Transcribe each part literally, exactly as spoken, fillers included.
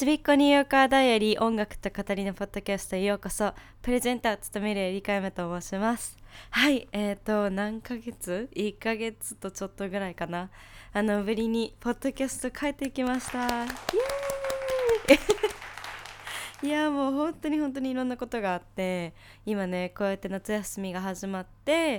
ちびっこニューヨーカーダイアリー音楽と語りのポッドキャストへようこそ。プレゼンターを務めるエリカエマと申します。はい、えーと何ヶ月 ?いっ ヶ月とちょっとぐらいかな、あのぶりにポッドキャスト帰ってきました。イエーイいやもう本当に本当にいろんなことがあって、今ねこうやって夏休みが始まって、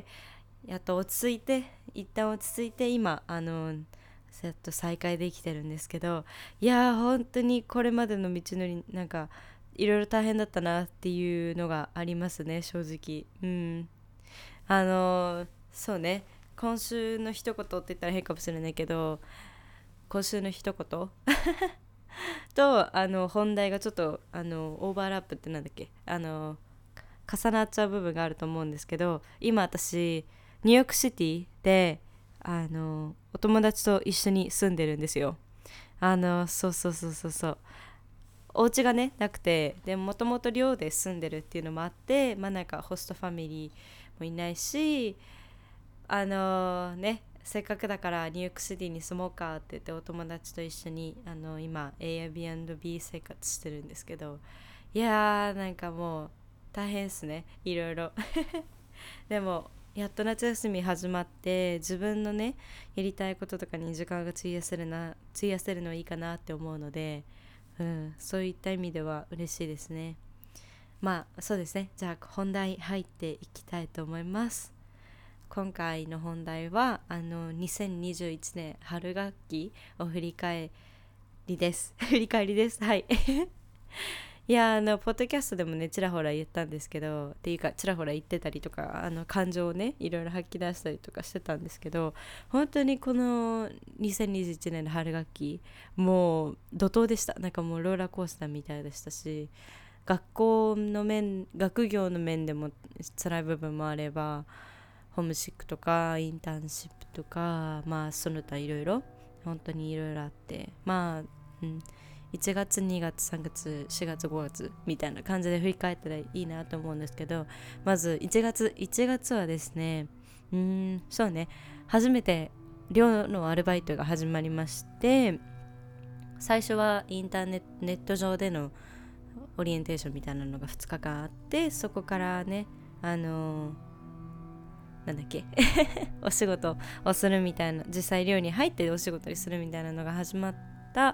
やっと落ち着いて一旦落ち着いて今あのやっと再開できてるんですけど、いやー本当にこれまでの道のりなんかいろいろ大変だったなっていうのがありますね、正直。うんあのーそうね、今週の一言って言ったら変かもしれないけど、今週の一言とあの本題がちょっとあのオーバーラップってなんだっけ、あの重なっちゃう部分があると思うんですけど、今私ニューヨークシティであのお友達と一緒に住んでるんですよ。あのそうそうそうそうそう、お家がねなくて、でもともと寮で住んでるっていうのもあって、まあなんかホストファミリーもいないし、あのねせっかくだからニューヨークシティに住もうかって言ってお友達と一緒にあの今 Airbnb 生活してるんですけど、いやーなんかもう大変ですね、いろいろでもやっと夏休み始まって、自分のねやりたいこととかに時間が費やせるな費やせるのはいいかなって思うので、うん、そういった意味では嬉しいですね。まあそうですね、じゃあ本題入っていきたいと思います。今回の本題はあのにせんにじゅういちねん春学期を振り返りです振り返りです。はいいやあのポッドキャストでもねちらほら言ったんですけど、っていうかちらほら言ってたりとか、あの感情をねいろいろ吐き出したりとかしてたんですけど、本当にこのにせんにじゅういちねんの春学期もう怒涛でした。なんかもうローラーコースターみたいでしたし、学校の面学業の面でも辛い部分もあれば、ホームシックとかインターンシップとか、まあその他いろいろ本当にいろいろあって、まあ、うん、いちがつにがつさんがつしがつごがつみたいな感じで振り返ったらいいなと思うんですけど、まずいちがついちがつはですね、うーんそうね、初めて寮のアルバイトが始まりまして、最初はインターネット、ネット上でのオリエンテーションみたいなのがふつかかんあって、そこからねあのーなんだっけお仕事をするみたいな、実際寮に入ってお仕事にするみたいなのが始まった、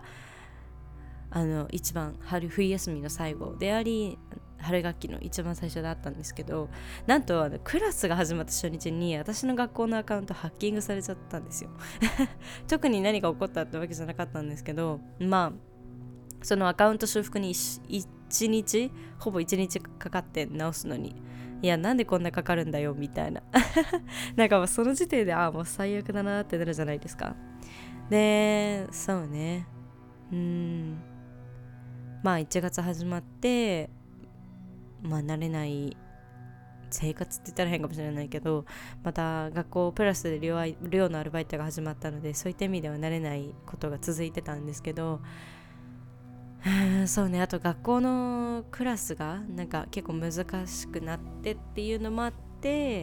あの一番春冬休みの最後であり、春学期の一番最初だったんですけど、なんとあのクラスが始まった初日に私の学校のアカウントハッキングされちゃったんですよ特に何が起こったってわけじゃなかったんですけど、まあそのアカウント修復にいちにちほぼいちにちかかって直すのに、いやなんでこんなかかるんだよみたいななんかもうその時点でああもう最悪だなってなるじゃないですか。でそうね、うーんまあいちがつ始まって、まあ慣れない生活って言ったら変かもしれないけど、また学校プラスで寮寮のアルバイトが始まったので、そういった意味では慣れないことが続いてたんですけど、そうね、あと学校のクラスがなんか結構難しくなってっていうのもあって、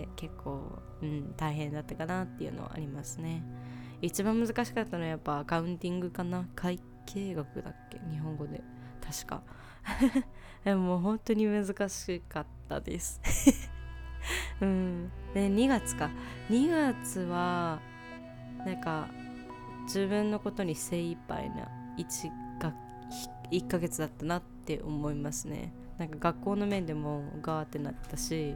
結構、うん、大変だったかなっていうのはありますね。一番難しかったのはやっぱアカウンティングかな、会計学だっけ日本語で確かでももう本当に難しかったですうんでにがつかにがつはなんか自分のことに精一杯な 1, 学いっかげつだったなって思いますね。なんか学校の面でもガーってなったし、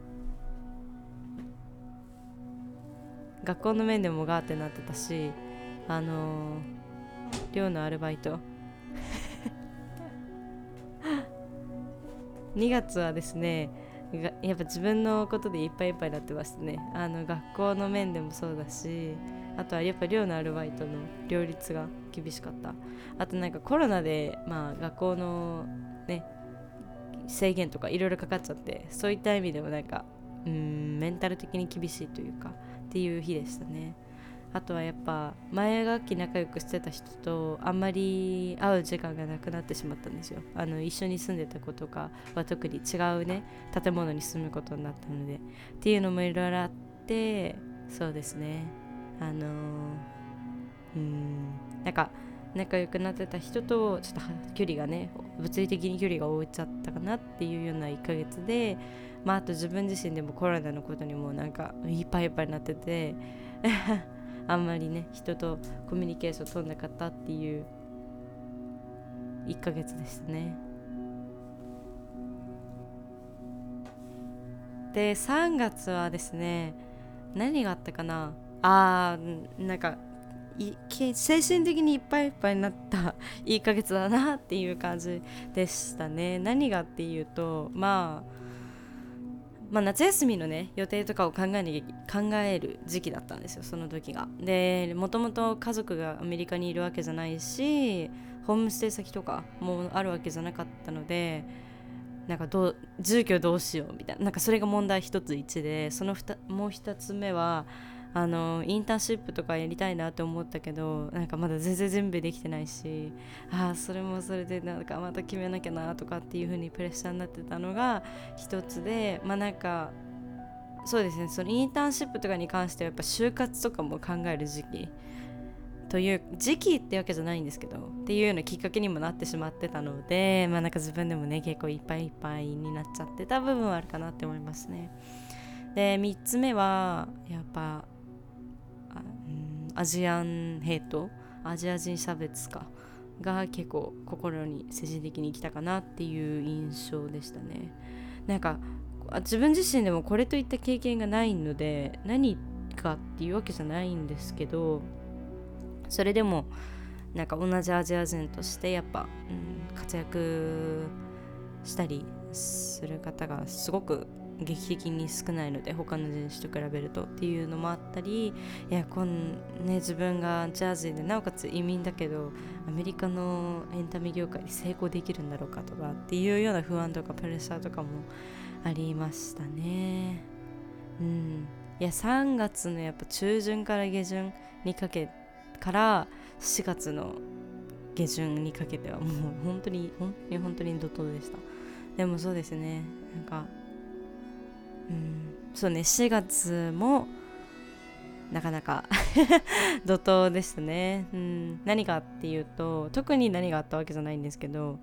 学校の面でもガーってなってたし、あのー、寮のアルバイトにがつはですね、やっぱ自分のことでいっぱいいっぱいになってましたね。あの学校の面でもそうだし、あとはやっぱ寮のアルバイトの両立が厳しかった。あとなんかコロナでまあ学校のね制限とかいろいろかかっちゃって、そういった意味でもなんかうーんメンタル的に厳しいというかっていう日でしたね。あとはやっぱ前学期仲良くしてた人とあんまり会う時間がなくなってしまったんですよ。あの一緒に住んでた子とかは特に違うね建物に住むことになったのでっていうのもいろいろあって、そうですね、あのー、うーんなんか仲良くなってた人とちょっと距離がね物理的に距離が置いちゃったかなっていうようないっかげつで、まああと自分自身でもコロナのことにもなんかいっぱいいっぱいになっててあんまりね人とコミュニケーション取んなかったっていういっかげつでしたね。でさんがつはですね、何があったかなあーなんかい精神的にいっぱいいっぱいになったいいかげつだなっていう感じでしたね。何がっていうと、まあ、まあ夏休みのね予定とかを考えに考える時期だったんですよ、その時が。でもともと家族がアメリカにいるわけじゃないし、ホームステイ先とかもあるわけじゃなかったので、なんかどう住居どうしようみたいな、なんかそれが問題一つ一で、そのふたもう一つ目はあのインターンシップとかやりたいなと思ったけど、なんかまだ全然準備できてないし、ああそれもそれでなんかまた決めなきゃなとかっていう風にプレッシャーになってたのが一つで、まあなんかそうですね、そのインターンシップとかに関してはやっぱ就活とかも考える時期という時期ってわけじゃないんですけどっていうようなきっかけにもなってしまってたので、まあなんか自分でもね結構いっぱいいっぱいになっちゃってた部分はあるかなって思いますね。でみっつめはやっぱあ、うん、アジアンヘイト、アジア人差別かが結構心に精神的に来たかなっていう印象でしたね。なんか自分自身でもこれといった経験がないので何かっていうわけじゃないんですけど、それでもなんか同じアジア人としてやっぱ、うん、活躍したりする方がすごく劇的に少ないので、他の人種と比べるとっていうのもあったり、いやこん、ね、自分がジャージーでなおかつ移民だけどアメリカのエンタメ業界で成功できるんだろうかとかっていうような不安とかプレッシャーとかもありましたね。うん、いやさんがつのやっぱ中旬から下旬にかけからしがつの下旬にかけてはもう本当に本当に本当に怒涛でした。でもそうですね、なんかうんそうね、しがつもなかなか怒涛でしたね。うん、何がっていうと特に何があったわけじゃないんですけど、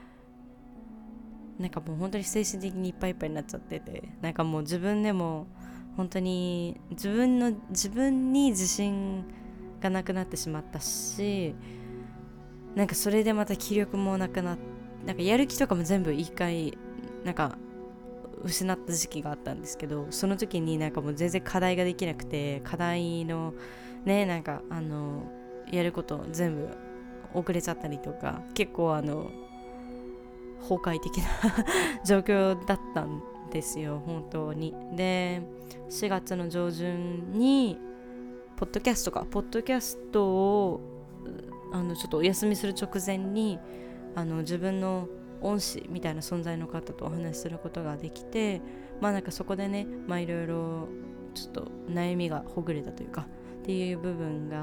なんかもう本当に精神的にいっぱいいっぱいになっちゃってて、なんかもう自分でも本当に自分の自分に自信がなくなってしまったし、なんかそれでまた気力もなくなっなんかやる気とかも全部一回なんか失った時期があったんですけど、その時になんかもう全然課題ができなくて、課題のねなんかあのやること全部遅れちゃったりとか、結構あの崩壊的な状況だったんですよ本当に。でしがつの上旬にポッドキャストかポッドキャストをあのちょっとお休みする直前にあの自分の恩師みたいな存在の方とお話しすることができて、まあなんかそこでねまあいろいろちょっと悩みがほぐれたというかっていう部分があって、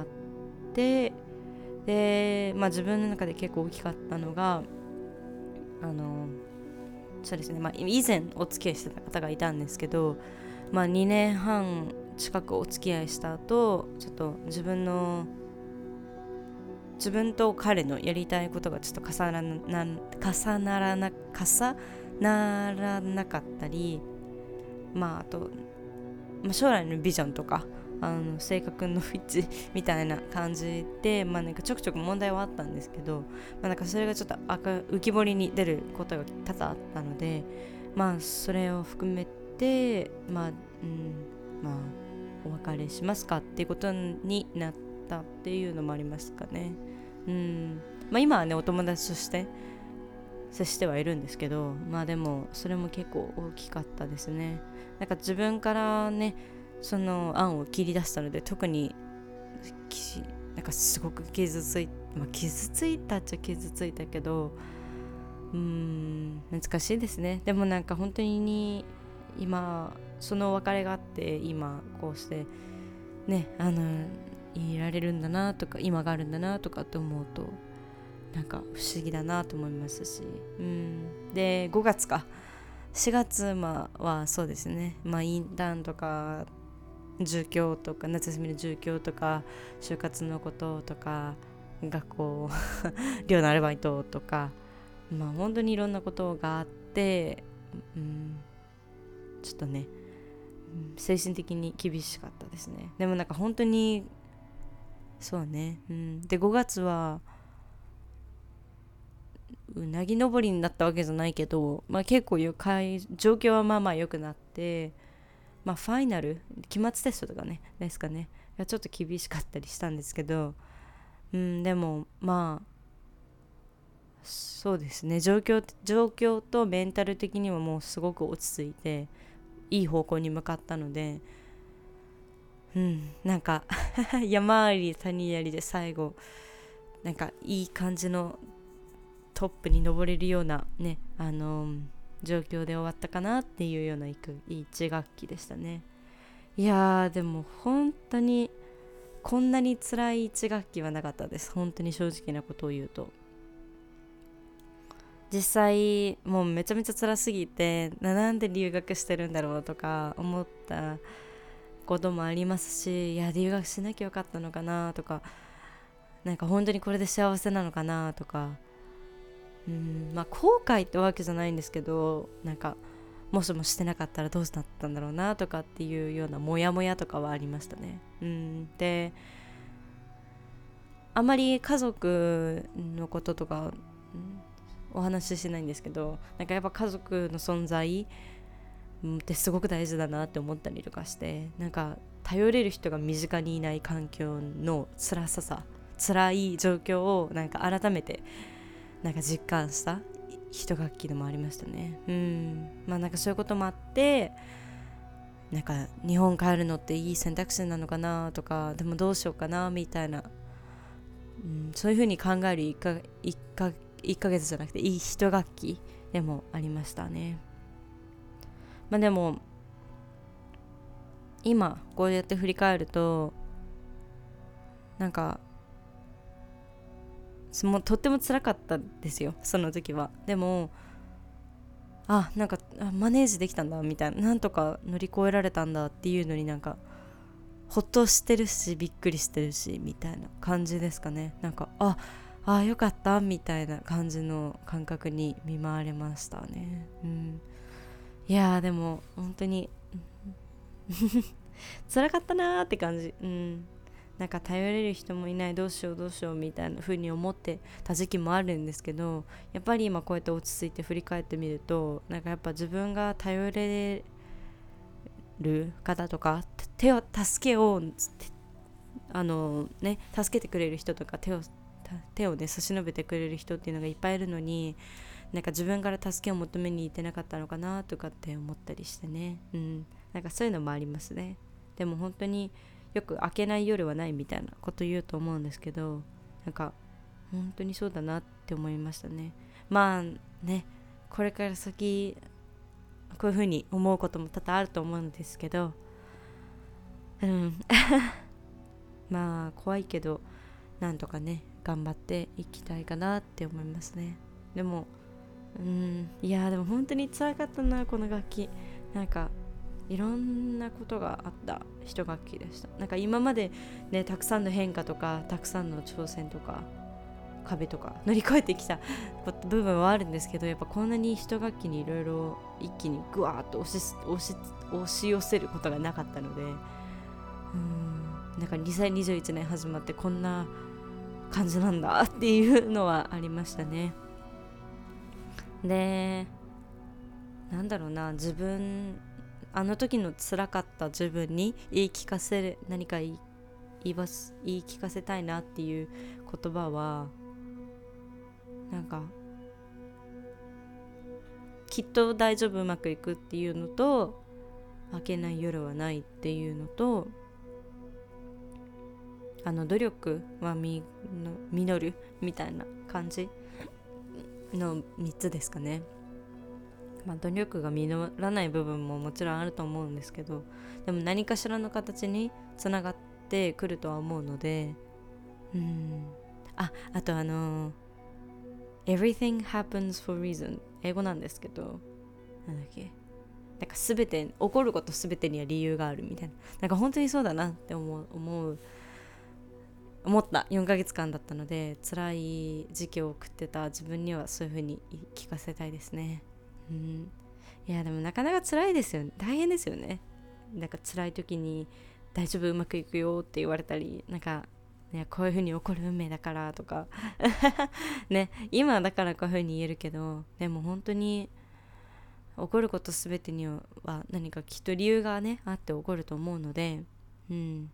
でまあ自分の中で結構大きかったのがあのそうですね、まあ以前お付き合いしてた方がいたんですけど、まあにねんはん近くお付き合いした後、ちょっと自分の自分と彼のやりたいことがちょっと重ならな重ならな重ならなかったり、まああと、まあ、将来のビジョンとかあの性格の不一致みたいな感じで、まあなんかちょくちょく問題はあったんですけど、まあなんかそれがちょっと赤浮き彫りに出ることが多々あったので、まあそれを含めてまあ、うん、まあお別れしますかっていうことになったっていうのもありますかね。うん、まあ今はねお友達として接してはいるんですけど、まあでもそれも結構大きかったですね。なんか自分からねその案を切り出したので、特になんかすごく傷つい、まあ、傷ついたっちゃ傷ついたけど、うーん難しいですね。でもなんか本当に今その別れがあって今こうしてねあのいられるんだなとか今があるんだなとかって思うとなんか不思議だなと思いますし、うんでごがつかしがつはそうですね、まあインターンとか住居とか夏休みの住居とか就活のこととか学校寮のアルバイトとか、まあ本当にいろんなことがあって、うん、ちょっとね精神的に厳しかったですね。でもなんか本当にそうね、うん、でごがつはうなぎ登りになったわけじゃないけど、まあ、結構状況はまあまあ良くなって、まあ、ファイナル期末テストとかねですかねがちょっと厳しかったりしたんですけど、うん、でもまあそうですね、状況状況とメンタル的にももうすごく落ち着いていい方向に向かったので、うん、なんか山あり谷ありで最後なんかいい感じのトップに登れるようなね、あのー状況で終わったかなっていうようないち学期でしたね。いやーでも本当にこんなに辛いいち学期はなかったです。本当に正直なことを言うと、実際もうめちゃめちゃ辛すぎてなんで留学してるんだろうとか思ったこともありますし、いや留学しなきゃよかったのかなとか、なんか本当にこれで幸せなのかなとか、うん、まあ後悔ってわけじゃないんですけど、なんかもしもしてなかったらどうなったんだろうなとかっていうようなモヤモヤとかはありましたね。うん、であまり家族のこととか、うん、お話ししないんですけど、なんかやっぱ家族の存在ってすごく大事だなって思ったりとかして、なんか頼れる人が身近にいない環境の辛ささ辛い状況をなんか改めてなんか実感した一学期でもありましたね。うん、まあなんかそういうこともあって、なんか日本帰るのっていい選択肢なのかなとか、でもどうしようかなみたいな、うん、そういう風に考える1か、いっか、いっかげつじゃなくていい一学期でもありましたね。まあでも今こうやって振り返ると、なんかもうとっても辛かったですよ、その時は。でもあなんかあマネージできたんだみたいな、なんとか乗り越えられたんだっていうのになんかほっとしてるしびっくりしてるしみたいな感じですかね。なんかああよかったみたいな感じの感覚に見舞われましたね。うん、いやーでも本当に辛かったなーって感じ。うん、なんか頼れる人もいない、どうしようどうしようみたいな風に思ってた時期もあるんですけど、やっぱり今こうやって落ち着いて振り返ってみると、なんかやっぱ自分が頼れる方とか手を助けをあのね助けてくれる人とか手を手をね差し伸べてくれる人っていうのがいっぱいいるのに、なんか自分から助けを求めに行ってなかったのかなとかって思ったりしてね、うん、なんかそういうのもありますね。でも本当によく明けない夜はないみたいなこと言うと思うんですけど、なんか本当にそうだなって思いましたね。まあね、これから先こういう風に思うことも多々あると思うんですけど、うんまあ怖いけどなんとかね頑張っていきたいかなって思いますね。でもうんいやでも本当に辛かったなこの楽器。なんかいろんなことがあった一学期でした。なんか今までねたくさんの変化とかたくさんの挑戦とか壁とか乗り越えてきた部分はあるんですけど、やっぱこんなに一学期にいろいろ一気にグワーッと押し押し押し寄せることがなかったので、うーんなんかにせんにじゅういちねん始まってこんな感じなんだっていうのはありましたね。でなんだろうな、自分あの時の辛かった自分に言い聞かせる何か言い言います言い聞かせたいなっていう言葉は、なんかきっと大丈夫うまくいくっていうのと、明けない夜はないっていうのと、あの努力は実るみたいな感じのみっつですかね。まあ、努力が実らない部分ももちろんあると思うんですけど、でも何かしらの形につながってくるとは思うので、うんああとあの Everything happens for reason 英語なんですけど、なんだっけ、なんか全て起こること全てには理由があるみたいな、なんか本当にそうだなって思う思う思ったよんかげつかんだったので、辛い時期を送ってた自分にはそういう風に聞かせたいですね。うん、いやでもなかなか辛いですよね。大変ですよね。なんか辛い時に大丈夫うまくいくよって言われたり、なんかね、こういう風に起こる運命だからとかね、今だからこういう風に言えるけど、でも本当に起こることすべてには何かきっと理由がねあって起こると思うので、うん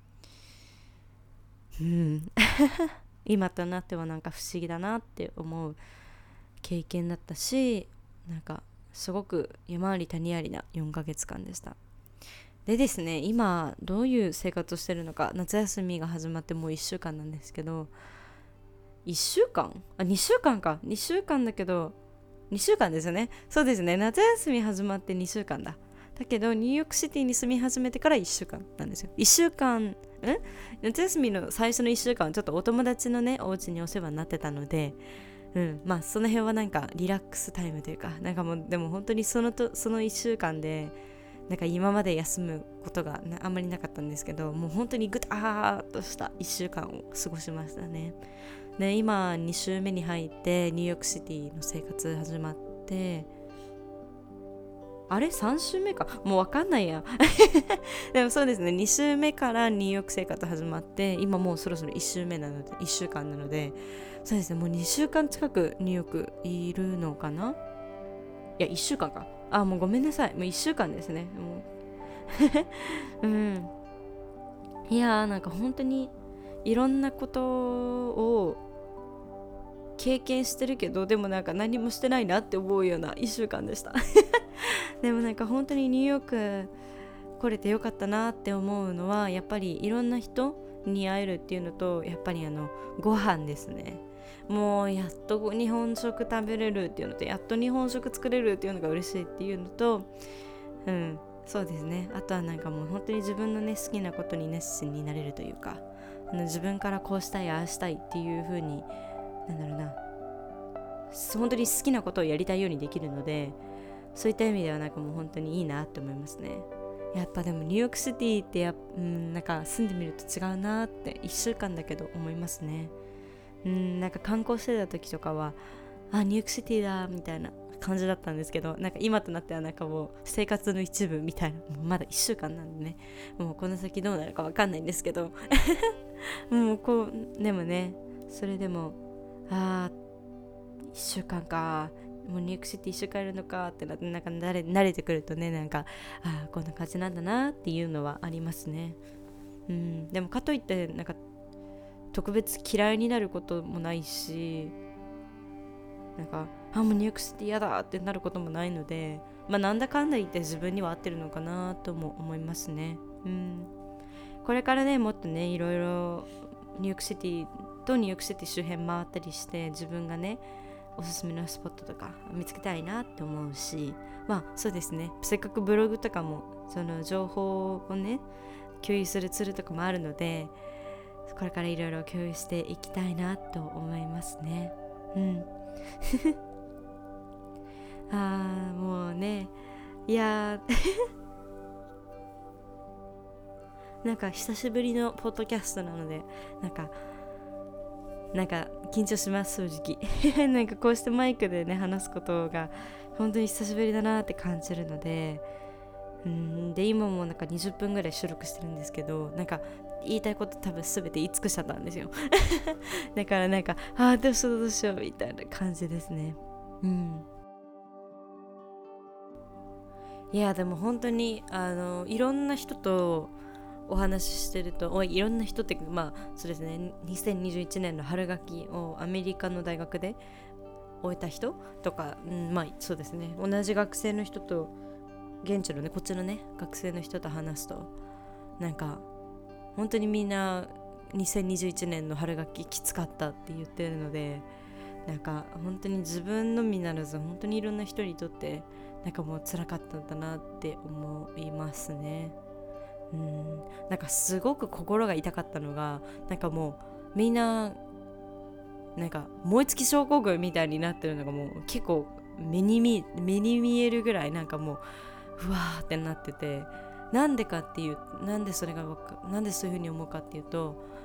うん今となってはなんか不思議だなって思う経験だったし、なんかすごく山あり谷ありなよんかげつかんでした。でですね、今どういう生活をしてるのか、夏休みが始まってもういっしゅうかんなんですけど、いっしゅうかんあにしゅうかんかにしゅうかんだけどにしゅうかんですよね。そうですね、夏休み始まってにしゅうかんだ。だけどニューヨークシティに住み始めてからいっしゅうかんなんですよ。いっしゅうかんん夏休みの最初のいっしゅうかんはちょっとお友達のねお家にお世話になってたので、うん、まあその辺はなんかリラックスタイムというか、なんかもうでも本当にそのとそのいっしゅうかんでなんか今まで休むことがあんまりなかったんですけど、もう本当にぐたーっとしたいっしゅうかんを過ごしましたね。で今に週目に入ってニューヨークシティの生活始まって、あれさん週目かもうわかんないやでもそうですね、に週目からニューヨーク生活始まって、今もうそろそろいっ週目なのでいっしゅうかんなので、そうですね、もうにしゅうかん近くニューヨークいるのかな。いやいっしゅうかんか、あもうごめんなさい、もういっしゅうかんですね。もううんいやーなんか本当にいろんなことを経験してるけど、でもなんか何もしてないなって思うようないっしゅうかんでしたでもなんか本当にニューヨーク来れてよかったなって思うのは、やっぱりいろんな人に会えるっていうのと、やっぱりあのご飯ですね。もうやっと日本食食べれるっていうのと、やっと日本食作れるっていうのが嬉しいっていうのと、うんそうですね、あとはなんかもう本当に自分のね好きなことに熱心になれるというか、あの自分からこうしたいああしたいっていう風に、なんだろうな、本当に好きなことをやりたいようにできるので、そういった意味ではなんかもう本当にいいなって思いますね。やっぱでもニューヨークシティってや、うん、なんか住んでみると違うなっていっしゅうかんだけど思いますね。うん、なんか観光してた時とかはあニューヨークシティだみたいな感じだったんですけど、なんか今となってはなんかもう生活の一部みたいな、もうまだいっしゅうかんなんでね、もうこの先どうなるか分かんないんですけどもうこうでもね、それでもあーいっしゅうかんか、もうニューヨークシティいっしゅうかんいるのかってなって、なんか慣れ、慣れてくるとね、なんかあこんな感じなんだなっていうのはありますね。うん、でもかといってなんか特別嫌いになることもないし、なんかあもうニューヨークシティ嫌だってなることもないので、まあなんだかんだ言って自分には合ってるのかなとも思いますね。うん、これからねもっとねいろいろニューヨークシティとニューヨークシティ周辺回ったりして、自分がねおすすめのスポットとか見つけたいなって思うし、まあそうですね、せっかくブログとかもその情報をね共有するツールとかもあるので、これからいろいろ共有していきたいなと思いますね。うんあーもうね、いやなんか久しぶりのポッドキャストなので、なんかなんか緊張します正直なんかこうしてマイクでね話すことが本当に久しぶりだなって感じるので、うんで今もなんかにじゅっぷんぐらい収録してるんですけど、なんか言いたいこと多分全て言い尽くしちゃったんですよだからなんかああどうしようどうしようみたいな感じですね。うんいやでも本当にあのいろんな人とお話ししてると、おいいろんな人ってまあそうですね、にせんにじゅういちねんの春学期をアメリカの大学で終えた人とか、うん、まあそうですね、同じ学生の人と現地のねこっちのね学生の人と話すと、なんか本当にみんなにせんにじゅういちねんの春学期きつかったって言ってるので、なんか本当に自分のみならず本当にいろんな人にとってなんかもう辛かったんだなって思いますね。うんなんかすごく心が痛かったのが、なんかもうみんななんか燃え尽き症候群みたいになってるのがもう結構目に見目に見えるぐらい、なんかもううわーってなってて、なんでかっていうなんでそれがなんでそういう風に思うかっていうと、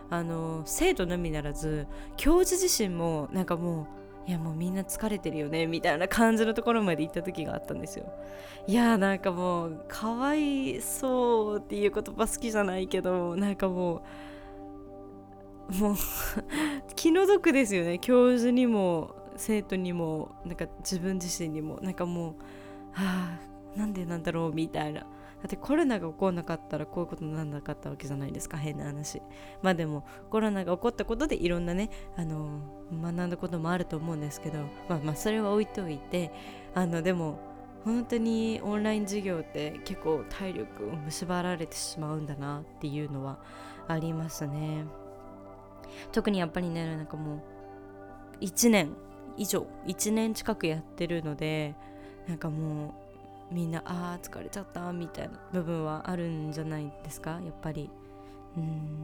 あの生徒のみならず教授自身もなんかもういやもうみんな疲れてるよねみたいな感じのところまで行った時があったんですよ。いやなんかもうかわいそうっていう言葉好きじゃないけど、なんかもうもう気の毒ですよね。教授にも生徒にもなんか自分自身にもなんかもうはあなんでなんだろうみたいな。だってコロナが起こんなかったらこういうことになんなかったわけじゃないですか、変な話。まあでもコロナが起こったことでいろんなねあの学んだこともあると思うんですけど、まあまあそれは置いておいて、あのでも本当にオンライン授業って結構体力を蝕られてしまうんだなっていうのはありますね。特にやっぱりねなんかもういちねん以上いちねん近くやってるので、なんかもうみんなあー疲れちゃったみたいな部分はあるんじゃないですか、やっぱり。うん、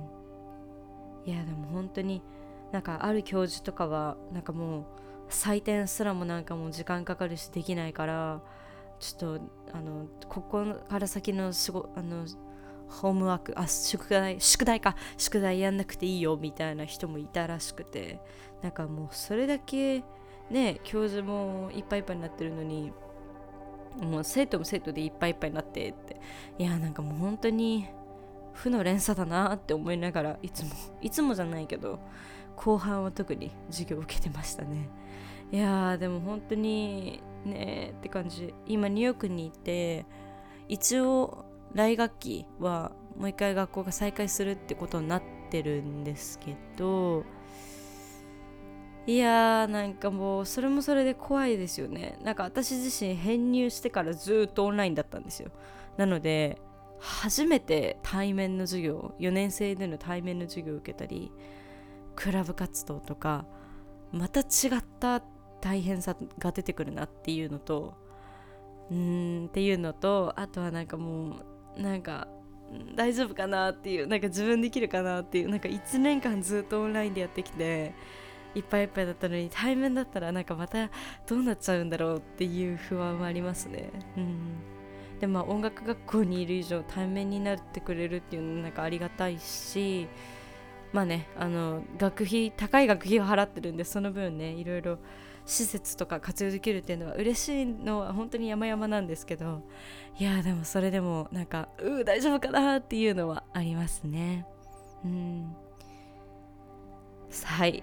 いやでも本当になんかある教授とかはなんかもう採点すらもなんかもう時間かかるしできないから、ちょっとあのここから先の仕事あのホームワークあ宿題宿題か宿題やんなくていいよみたいな人もいたらしくて、なんかもうそれだけね教授もいっぱいいっぱいになってるのに、もう生徒も生徒でいっぱいいっぱいになってって、いやなんかもう本当に負の連鎖だなって思いながらいつもいつもじゃないけど後半は特に授業を受けてましたね。いやーでも本当にねって感じ。今ニューヨークにいて、一応来学期はもう一回学校が再開するってことになってるんですけど、いやーなんかもうそれもそれで怖いですよね。なんか私自身編入してからずっとオンラインだったんですよ。なので初めて対面の授業、よねん生での対面の授業を受けたり、クラブ活動とかまた違った大変さが出てくるなっていうのとうーんっていうのとあとはなんかもうなんか大丈夫かなっていう、なんか自分できるかなっていう、なんかいちねんかんずっとオンラインでやってきていっぱいいっぱいだったのに、対面だったらなんかまたどうなっちゃうんだろうっていう不安はありますね。うんでもまあ音楽学校にいる以上対面になってくれるっていうのはなんかありがたいし、まあねあの学費高い学費を払ってるんで、その分ねいろいろ施設とか活用できるっていうのは嬉しいのは本当に山々なんですけど、いやでもそれでもなんかうー大丈夫かなっていうのはありますね。うんはい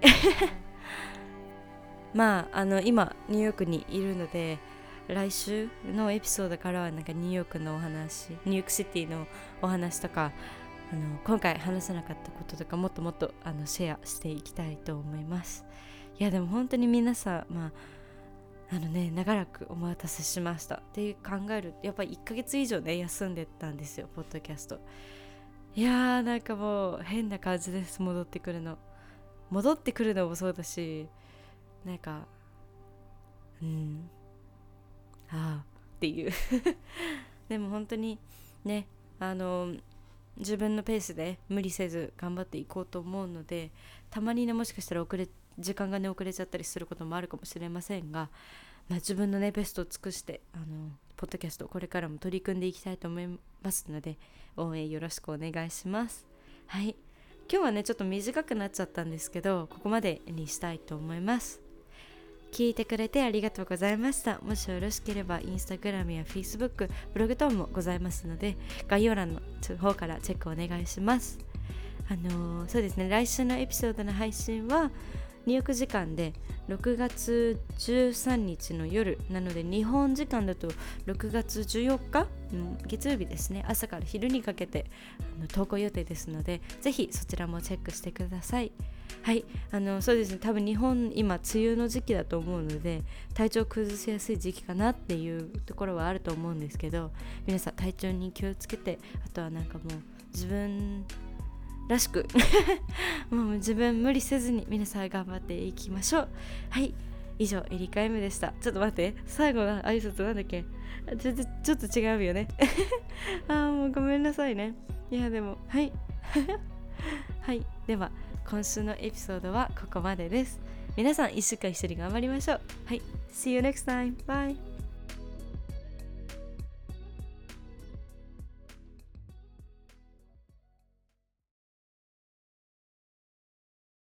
まああの今ニューヨークにいるので、来週のエピソードからはなんかニューヨークのお話、ニューヨークシティのお話とか、あの今回話せなかったこととかもっともっとあのシェアしていきたいと思います。いやでも本当に皆さんまああのね長らくお待たせしましたって考えると、やっぱりいっかげつ以上ね休んでたんですよポッドキャスト。いやーなんかもう変な感じです。戻ってくるの戻ってくるのもそうだし、なんかうんああっていうでも本当にねあの自分のペースで無理せず頑張っていこうと思うので、たまにねもしかしたら遅れ時間がね遅れちゃったりすることもあるかもしれませんが、まあ、自分のねベストを尽くしてあのポッドキャストこれからも取り組んでいきたいと思いますので、応援よろしくお願いします。はい、今日はねちょっと短くなっちゃったんですけど、ここまでにしたいと思います。聞いてくれてありがとうございました。もしよろしければインスタグラムやフェイスブック、ブログ等もございますので、概要欄の方からチェックお願いします。あのー、そうですね、来週のエピソードの配信はニューヨーク時間でろくがつじゅうさんにちの夜なので、日本時間だとろくがつじゅうよっか、うん、月曜日ですね、朝から昼にかけてあの投稿予定ですので、ぜひそちらもチェックしてください。はい、あのそうですね、多分日本今梅雨の時期だと思うので体調崩しやすい時期かなっていうところはあると思うんですけど、皆さん体調に気をつけて、あとはなんかもう自分らしくもう自分無理せずに皆さん頑張っていきましょう。はい、以上エリカ M でした。ちょっと待って、最後の挨拶なんだっけ、ちょ, ちょ, ちょっと違うよねあーもうごめんなさいね。いやでもはいはいでは今週のエピソードはここまでです。皆さんいっしゅうかん一緒に頑張りましょう。はい See you next time. Bye.